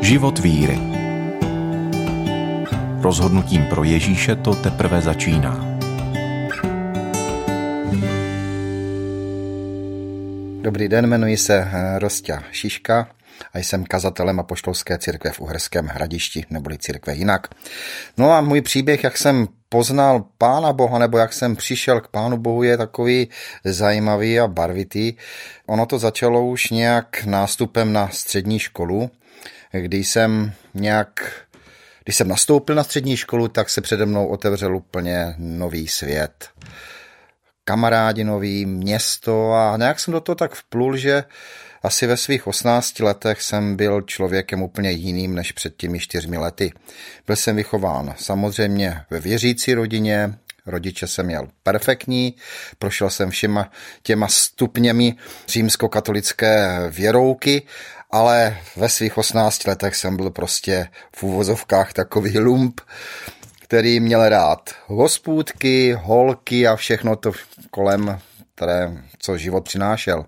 Život víry. Rozhodnutím pro Ježíše to teprve začíná. Dobrý den, jmenuji se Rostia Šiška a jsem kazatelem Apoštolské církve v Uherském Hradišti, neboli církve jinak. No a můj příběh, jak jsem poznal Pána Boha, nebo jak jsem přišel k Pánu Bohu, je takový zajímavý a barvitý. Ono to začalo už nějak nástupem na střední školu, když jsem nastoupil na střední školu, tak se přede mnou otevřel úplně nový svět. Kamarádi nový, město a nějak jsem do toho tak vplul, že asi ve svých 18 letech jsem byl člověkem úplně jiným než před těmi 4 lety. Byl jsem vychován samozřejmě ve věřící rodině, rodiče jsem měl perfektní, prošel jsem všema těma stupněmi římskokatolické věrouky, ale ve svých 18 letech jsem byl prostě v uvozovkách takový lump, který měl rád hospůdky, holky a všechno to kolem, co život přinášel.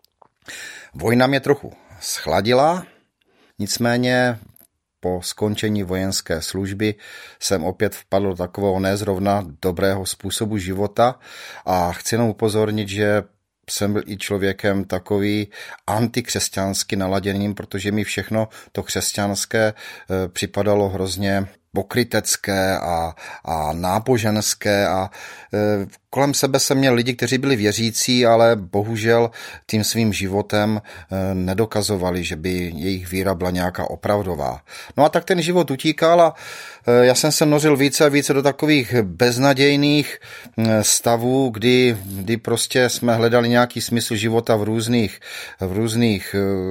Vojna mě trochu schladila, nicméně po skončení vojenské služby jsem opět vpadl do takového nezrovna dobrého způsobu života a chci jenom upozornit, že jsem byl i člověkem takový antikřesťansky naladěným, protože mi všechno to křesťanské připadalo hrozně pokrytecké a náboženské a kolem sebe jsem měl lidi, kteří byli věřící, ale bohužel tím svým životem nedokazovali, že by jejich víra byla nějaká opravdová. No a tak ten život utíkal a já jsem se nořil více a více do takových beznadějných stavů, kdy prostě jsme hledali nějaký smysl života v různých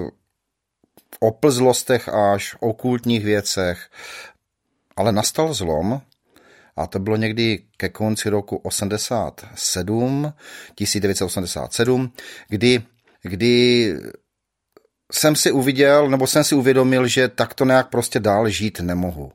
oplzlostech až okultních věcech. Ale nastal zlom, a to bylo někdy ke konci roku 1987, kdy jsem si uvědomil, že takto nějak prostě dál žít nemohu.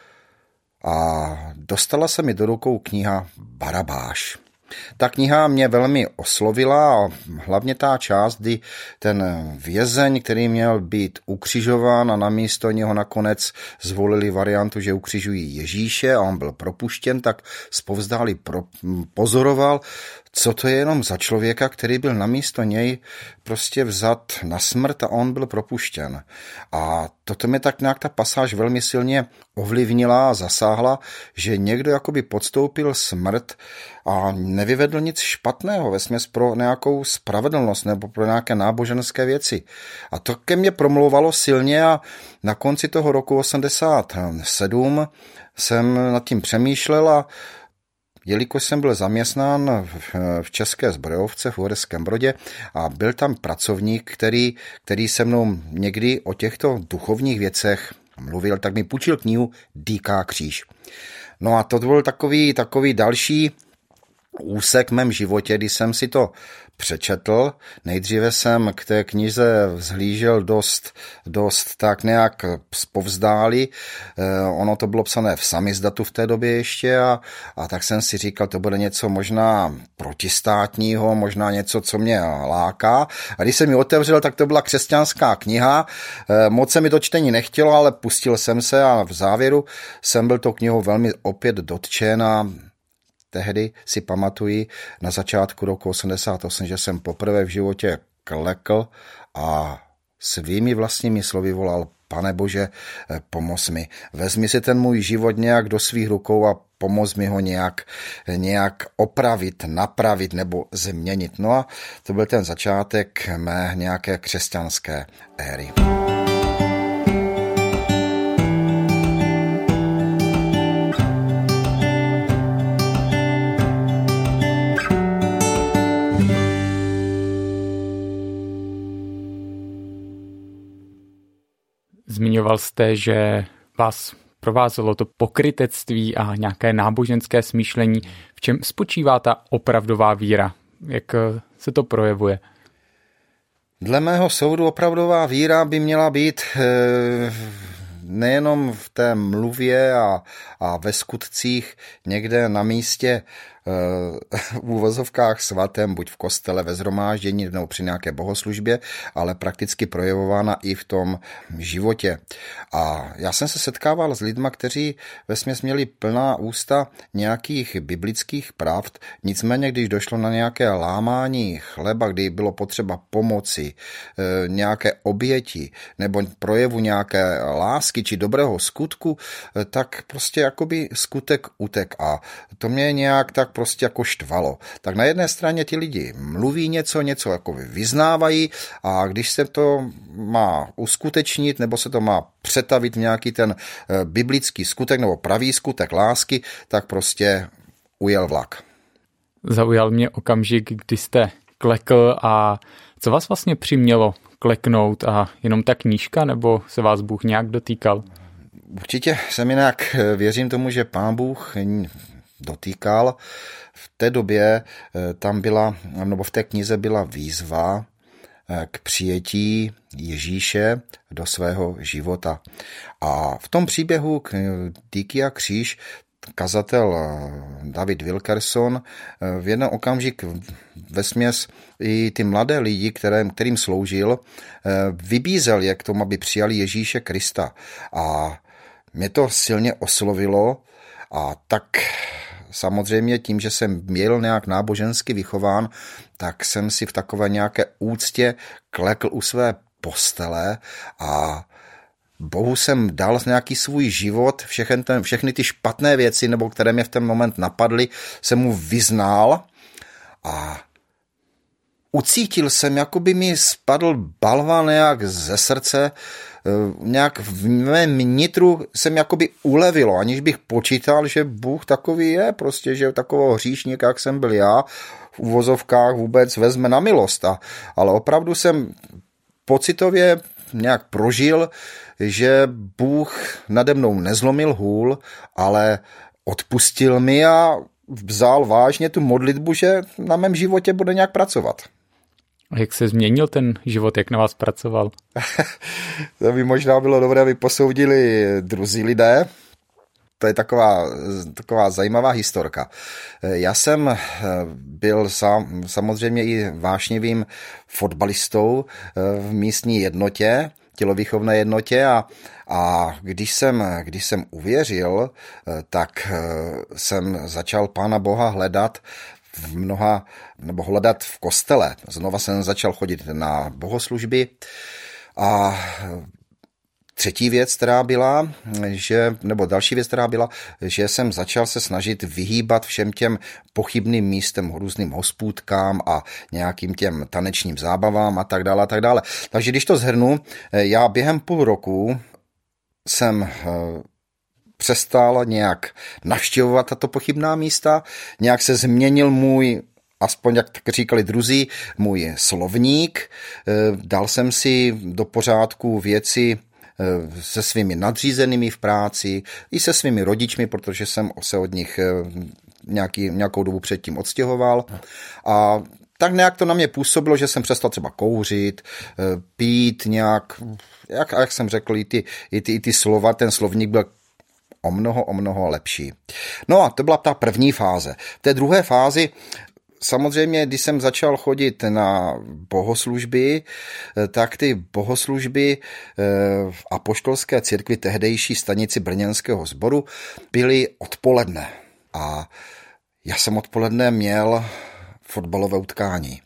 A dostala se mi do rukou kniha Barabáš. Ta kniha mě velmi oslovila a hlavně ta část, kdy ten vězeň, který měl být ukřižován a namísto něho nakonec zvolili variantu, že ukřižují Ježíše a on byl propuštěn, tak zpovzdálí pozoroval, co to je jenom za člověka, který byl namísto něj prostě vzat na smrt a on byl propuštěn. A toto mi tak nějak ta pasáž velmi silně ovlivnila a zasáhla, že někdo jakoby podstoupil smrt a nevyvedl nic špatného vesměs pro nějakou spravedlnost nebo pro nějaké náboženské věci. A to ke mně promlouvalo silně a na konci toho roku 87 jsem nad tím přemýšlel a jelikož jsem byl zaměstnán v České zbrojovce v Uherském Brodě a byl tam pracovník, který se mnou někdy o těchto duchovních věcech mluvil, tak mi půjčil knihu Dýká kříž. No a to byl takový další úsek v mém životě, kdy jsem si to přečetl. Nejdříve jsem k té knize vzhlížel dost tak nějak zpovzdáli. Ono to bylo psané v samizdatu v té době ještě a tak jsem si říkal, to bude něco možná protistátního, možná něco, co mě láká. A když jsem ji otevřel, tak to byla křesťanská kniha. Moc se mi to čtení nechtělo, ale pustil jsem se a v závěru jsem byl tou knihou velmi opět dotčen a tehdy si pamatuji na začátku roku 88, že jsem poprvé v životě klekl a svými vlastními slovy volal: Pane Bože, pomoz mi. Vezmi si ten můj život nějak do svých rukou a pomoz mi ho nějak opravit, napravit nebo změnit. No a to byl ten začátek mé nějaké křesťanské éry. Zmiňoval jste, že vás provázelo to pokrytectví a nějaké náboženské smýšlení. V čem spočívá ta opravdová víra? Jak se to projevuje? Dle mého soudu opravdová víra by měla být nejenom v té mluvě a ve skutcích někde na místě v úvozovkách svatém, buď v kostele, ve shromáždění nebo při nějaké bohoslužbě, ale prakticky projevována i v tom životě. A já jsem se setkával s lidma, kteří vesměs měli plná ústa nějakých biblických pravd, nicméně když došlo na nějaké lámání chleba, kdy bylo potřeba pomoci, nějaké oběti nebo projevu nějaké lásky či dobrého skutku, tak prostě jakoby skutek utek a to mě nějak tak prostě jako štvalo. Tak na jedné straně ti lidi mluví něco jako vyznávají a když se to má uskutečnit nebo se to má přetavit v nějaký ten biblický skutek nebo pravý skutek lásky, tak prostě ujel vlak. Zaujal mě okamžik, kdy jste klekl a co vás vlastně přimělo kleknout a jenom ta knížka nebo se vás Bůh nějak dotýkal? Určitě jsem jinak věřím tomu, že Pán Bůh dotýkal. V té době tam byla, nebo v té knize byla výzva k přijetí Ježíše do svého života. A v tom příběhu Díky a kříž kazatel David Wilkerson v jeden okamžik vesměs i ty mladé lidi, kterým sloužil, vybízel je k tomu, aby přijali Ježíše Krista. A mě to silně oslovilo a tak samozřejmě tím, že jsem byl nějak nábožensky vychován, tak jsem si v takové nějaké úctě klekl u své postele a Bohu jsem dal nějaký svůj život, všechny ty špatné věci, nebo které mě v ten moment napadly, jsem mu vyznal a ucítil jsem, jako by mi spadl balvan nějak ze srdce, nějak v mém nitru jsem jakoby ulevilo, aniž bych počítal, že Bůh takový je, prostě, že takového hříšníka, jak jsem byl já, v uvozovkách vůbec vezme na milost. Ale opravdu jsem pocitově nějak prožil, že Bůh nade mnou nezlomil hůl, ale odpustil mi a vzal vážně tu modlitbu, že na mém životě bude nějak pracovat. A jak se změnil ten život, jak na vás pracoval? To by možná bylo dobré, aby posoudili druzí lidé. To je taková zajímavá historka. Já jsem byl samozřejmě i vášnivým fotbalistou v místní jednotě, tělovýchovné jednotě a když jsem uvěřil, tak jsem začal Pána Boha hledat hledat v kostele. Znova jsem začal chodit na bohoslužby a další věc, která byla, že jsem začal se snažit vyhýbat všem těm pochybným místem, různým hospůdkám a nějakým těm tanečním zábavám a tak dále a tak dále. Takže když to shrnu, já během půl roku jsem přestal nějak navštěvovat tato pochybná místa, nějak se změnil můj, aspoň jak říkali druzí, můj slovník, dal jsem si do pořádku věci se svými nadřízenými v práci, i se svými rodičmi, protože jsem se od nich nějakou dobu předtím odstěhoval a tak nějak to na mě působilo, že jsem přestal třeba kouřit, pít nějak, jak jsem řekl, i ty slova, ten slovník byl o mnoho lepší. No a to byla ta první fáze. V té druhé fázi samozřejmě, když jsem začal chodit na bohoslužby, tak ty bohoslužby v apoštolské církvi, tehdejší stanici brněnského sboru, byly odpoledne. A já jsem odpoledne měl fotbalové utkání.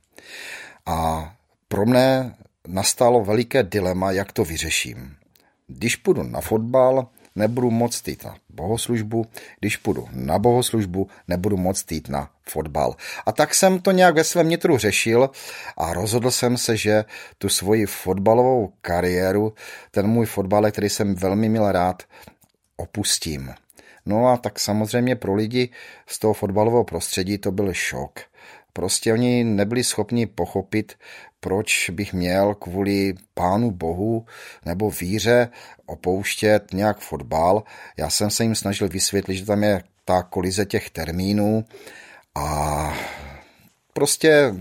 A pro mne nastalo veliké dilema, jak to vyřeším. Když půjdu na fotbal, nebudu moct jít na bohoslužbu, když půjdu na bohoslužbu, nebudu moct jít na fotbal. A tak jsem to nějak ve svém nitru řešil a rozhodl jsem se, že tu svoji fotbalovou kariéru, ten můj fotbal, který jsem velmi měl rád, opustím. No a tak samozřejmě pro lidi z toho fotbalového prostředí to byl šok. Prostě oni nebyli schopni pochopit, proč bych měl kvůli Pánu Bohu nebo víře opouštět nějak fotbal. Já jsem se jim snažil vysvětlit, že tam je ta kolize těch termínů a prostě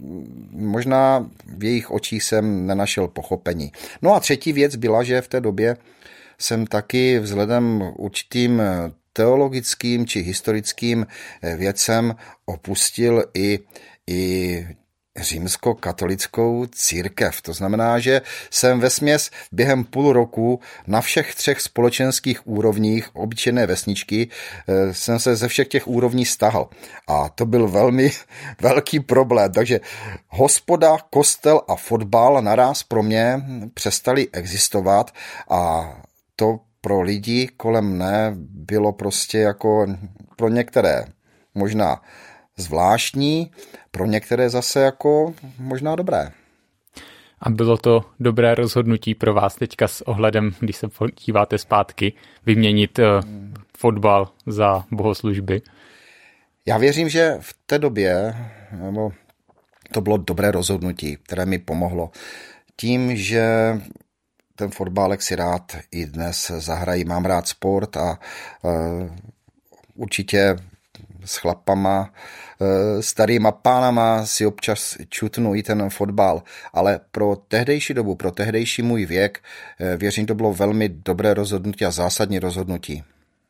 možná v jejich očích jsem nenašel pochopení. No a třetí věc byla, že v té době jsem taky vzhledem určitým teologickým či historickým věcem opustil i římskokatolickou církev. To znamená, že jsem vesměs během půl roku na všech 3 společenských úrovních obyčejné vesničky jsem se ze všech těch úrovní stahal. A to byl velmi velký problém. Takže hospoda, kostel a fotbal naraz pro mě přestali existovat a to pro lidi kolem mne bylo prostě jako pro některé možná zvláštní, pro některé zase jako možná dobré. A bylo to dobré rozhodnutí pro vás teďka s ohledem, když se díváte zpátky, vyměnit fotbal za bohoslužby? Já věřím, že v té době to bylo dobré rozhodnutí, které mi pomohlo. Tím, že ten fotbálek si rád i dnes zahrají, mám rád sport a určitě s chlapama, starýma pánama si občas čutnu i ten fotbal, ale pro tehdejší dobu, pro tehdejší můj věk, věřím, to bylo velmi dobré rozhodnutí a zásadní rozhodnutí.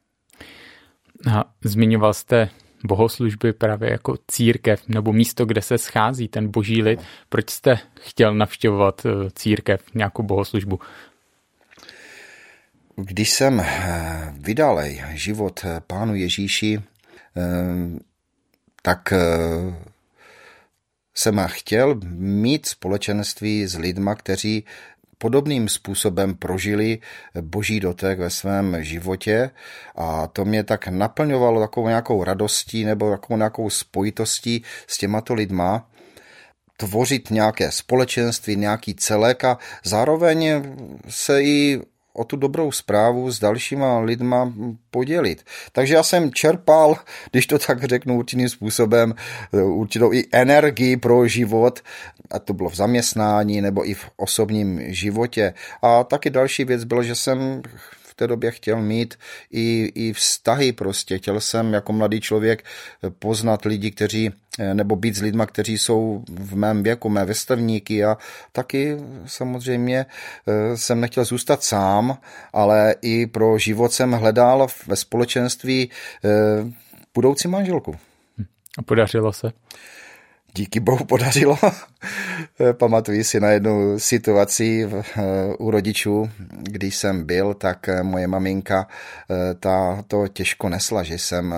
A zmiňoval jste bohoslužby právě jako církev nebo místo, kde se schází ten boží lid. Proč jste chtěl navštěvovat církev, nějakou bohoslužbu? Když jsem vydal život Pánu Ježíši, tak jsem chtěl mít společenství s lidma, kteří podobným způsobem prožili boží dotek ve svém životě a to mě tak naplňovalo takovou nějakou radostí nebo takovou nějakou spojitostí s těmato lidma, tvořit nějaké společenství, nějaký celek a zároveň se i o tu dobrou zprávu s dalšíma lidma podělit. Takže já jsem čerpal, když to tak řeknu určitým způsobem, určitou i energii pro život, a to bylo v zaměstnání nebo i v osobním životě. A taky další věc bylo, že jsem v té době chtěl mít i vztahy prostě. Chtěl jsem jako mladý člověk poznat lidi, kteří, nebo být s lidma, kteří jsou v mém věku, mé vrstevníky a taky samozřejmě jsem nechtěl zůstat sám, ale i pro život jsem hledal ve společenství budoucí manželku. A podařilo se? Díky bohu podařilo. Pamatuji si na jednu situaci u rodičů, když jsem byl, tak moje maminka ta to těžko nesla, že jsem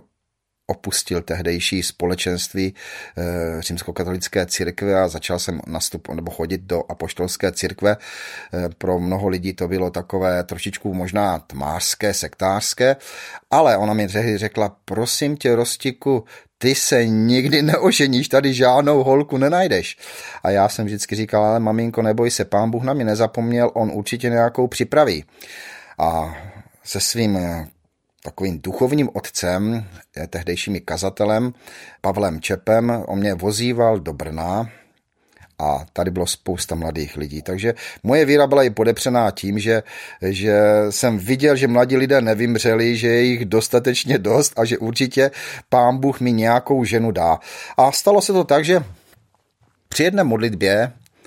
opustil tehdejší společenství římskokatolické církve a začal jsem chodit do apoštolské církve. Pro mnoho lidí to bylo takové trošičku možná tmářské, sektářské, ale ona mi řekla, prosím tě, Rostiku, ty se nikdy neoženíš, tady žádnou holku nenajdeš. A já jsem vždycky říkal, ale maminko, neboj se, Pán Bůh na mě nezapomněl, on určitě nějakou připraví. A se svým takovým duchovním otcem, tehdejším kazatelem, Pavlem Čepem, on mě vozíval do Brna a tady bylo spousta mladých lidí. Takže moje víra byla i podepřená tím, že jsem viděl, že mladí lidé nevymřeli, že je jich dostatečně dost a že určitě Pán Bůh mi nějakou ženu dá. A stalo se to tak, že při jedné modlitbě,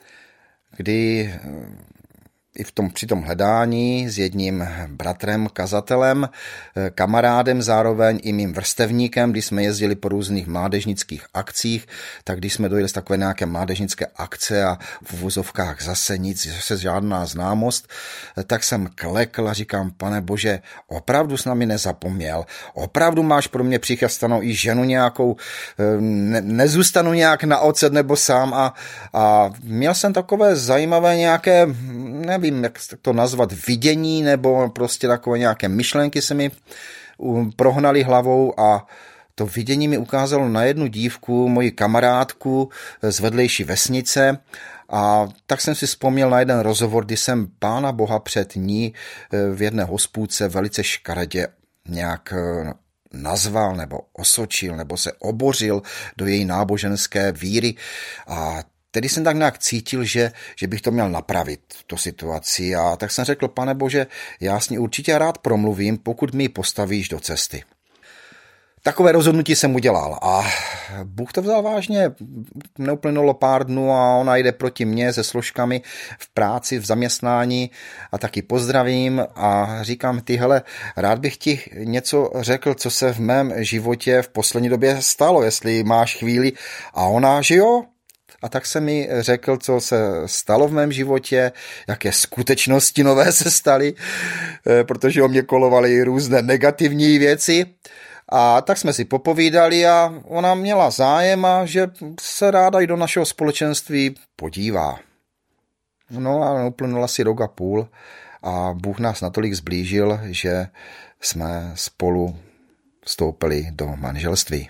kdy i při tom hledání s jedním bratrem, kazatelem, kamarádem, zároveň i mým vrstevníkem, když jsme jezdili po různých mládežnických akcích, tak když jsme dojeli z takové nějaké mládežnické akce a v uvozovkách zase nic, zase žádná známost, tak jsem klekl a říkám, Pane Bože, opravdu s námi nezapomněl, opravdu máš pro mě přichystanou i ženu nějakou, nezůstanu nějak na ocet nebo sám a měl jsem takové zajímavé nějaké, nevím, jak to nazvat, vidění nebo prostě takové nějaké myšlenky se mi prohnaly hlavou a to vidění mi ukázalo na jednu dívku, moji kamarádku z vedlejší vesnice a tak jsem si vzpomněl na jeden rozhovor, kdy jsem Pána Boha před ní v jedné hospůdce velice škaredě nějak nazval nebo osočil nebo se obořil do její náboženské víry a tedy jsem tak nějak cítil, že bych to měl napravit, tu situaci a tak jsem řekl, Pane Bože, já s ní určitě rád promluvím, pokud mi ji postavíš do cesty. takové rozhodnutí jsem udělal a Bůh to vzal vážně. Neuplynulo pár dnů a ona jde proti mně se složkami v práci, v zaměstnání a taky pozdravím a říkám, ty hele, rád bych ti něco řekl, co se v mém životě v poslední době stalo, jestli máš chvíli. A ona, že jo? A tak se mi řekl, co se stalo v mém životě, jaké skutečnosti nové se staly, protože o mě kolovaly různé negativní věci. A tak jsme si popovídali a ona měla zájem a že se ráda i do našeho společenství podívá. No a uplynul asi rok a půl a Bůh nás natolik zblížil, že jsme spolu vstoupili do manželství.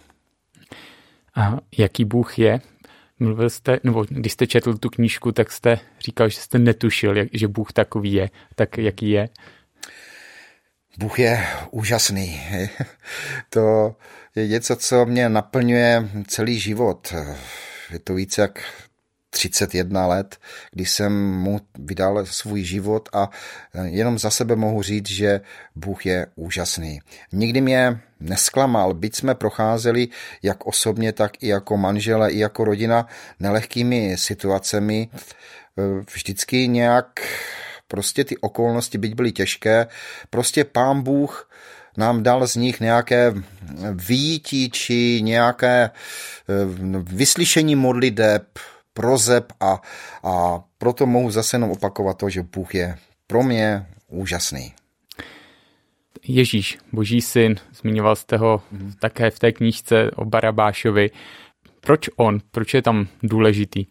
A jaký Bůh je? Mluvil jste, nebo když jste četl tu knížku, tak jste říkal, že jste netušil, že Bůh takový je. Tak jaký je? Bůh je úžasný. To je něco, co mě naplňuje celý život. Je to více jak 31 let, kdy jsem mu vydal svůj život a jenom za sebe mohu říct, že Bůh je úžasný. Nikdy mě nesklamal, byť jsme procházeli jak osobně, tak i jako manžele, i jako rodina nelehkými situacemi. Vždycky nějak prostě ty okolnosti, byť byly těžké, prostě Pán Bůh nám dal z nich nějaké výjití či nějaké vyslyšení modliteb, prozeb a proto mohu zase jenom opakovat to, že Bůh je pro mě úžasný. Ježíš, Boží syn, zmiňoval jste ho také v té knížce o Barabášovi. Proč on? Proč je tam důležitý?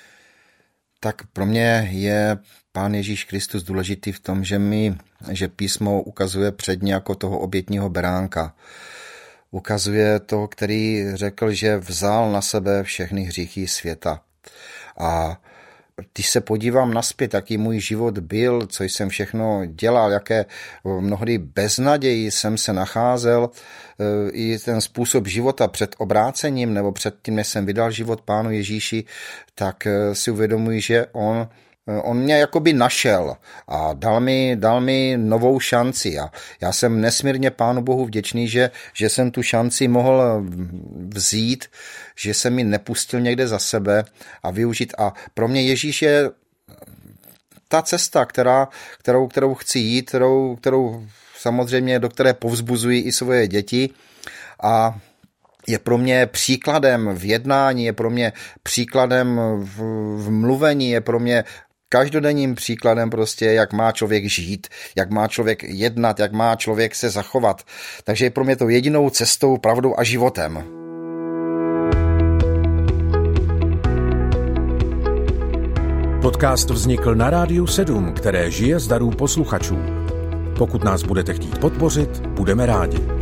Tak pro mě je Pán Ježíš Kristus důležitý v tom, že písmo ukazuje předně jako toho obětního beránka. Ukazuje toho, který řekl, že vzal na sebe všechny hříchy světa. A když se podívám nazpět, jaký můj život byl, co jsem všechno dělal, jaké mnohdy beznaději jsem se nacházel, i ten způsob života před obrácením nebo před tím, než jsem vydal život Pánu Ježíši, tak si uvědomuji, že on mě jakoby našel a dal mi novou šanci a já jsem nesmírně Pánu Bohu vděčný, že jsem tu šanci mohl vzít, že se mi nepustil někde za sebe a využít. A pro mě Ježíš je ta cesta, kterou chci jít, kterou samozřejmě, do které povzbuzují i svoje děti a je pro mě příkladem v jednání, je pro mě příkladem v mluvení, je pro mě každodenním příkladem prostě, jak má člověk žít, jak má člověk jednat, jak má člověk se zachovat. Takže je pro mě to jedinou cestou, pravdou a životem. Podcast vznikl na Rádiu 7, které žije z darů posluchačů. Pokud nás budete chtít podpořit, budeme rádi.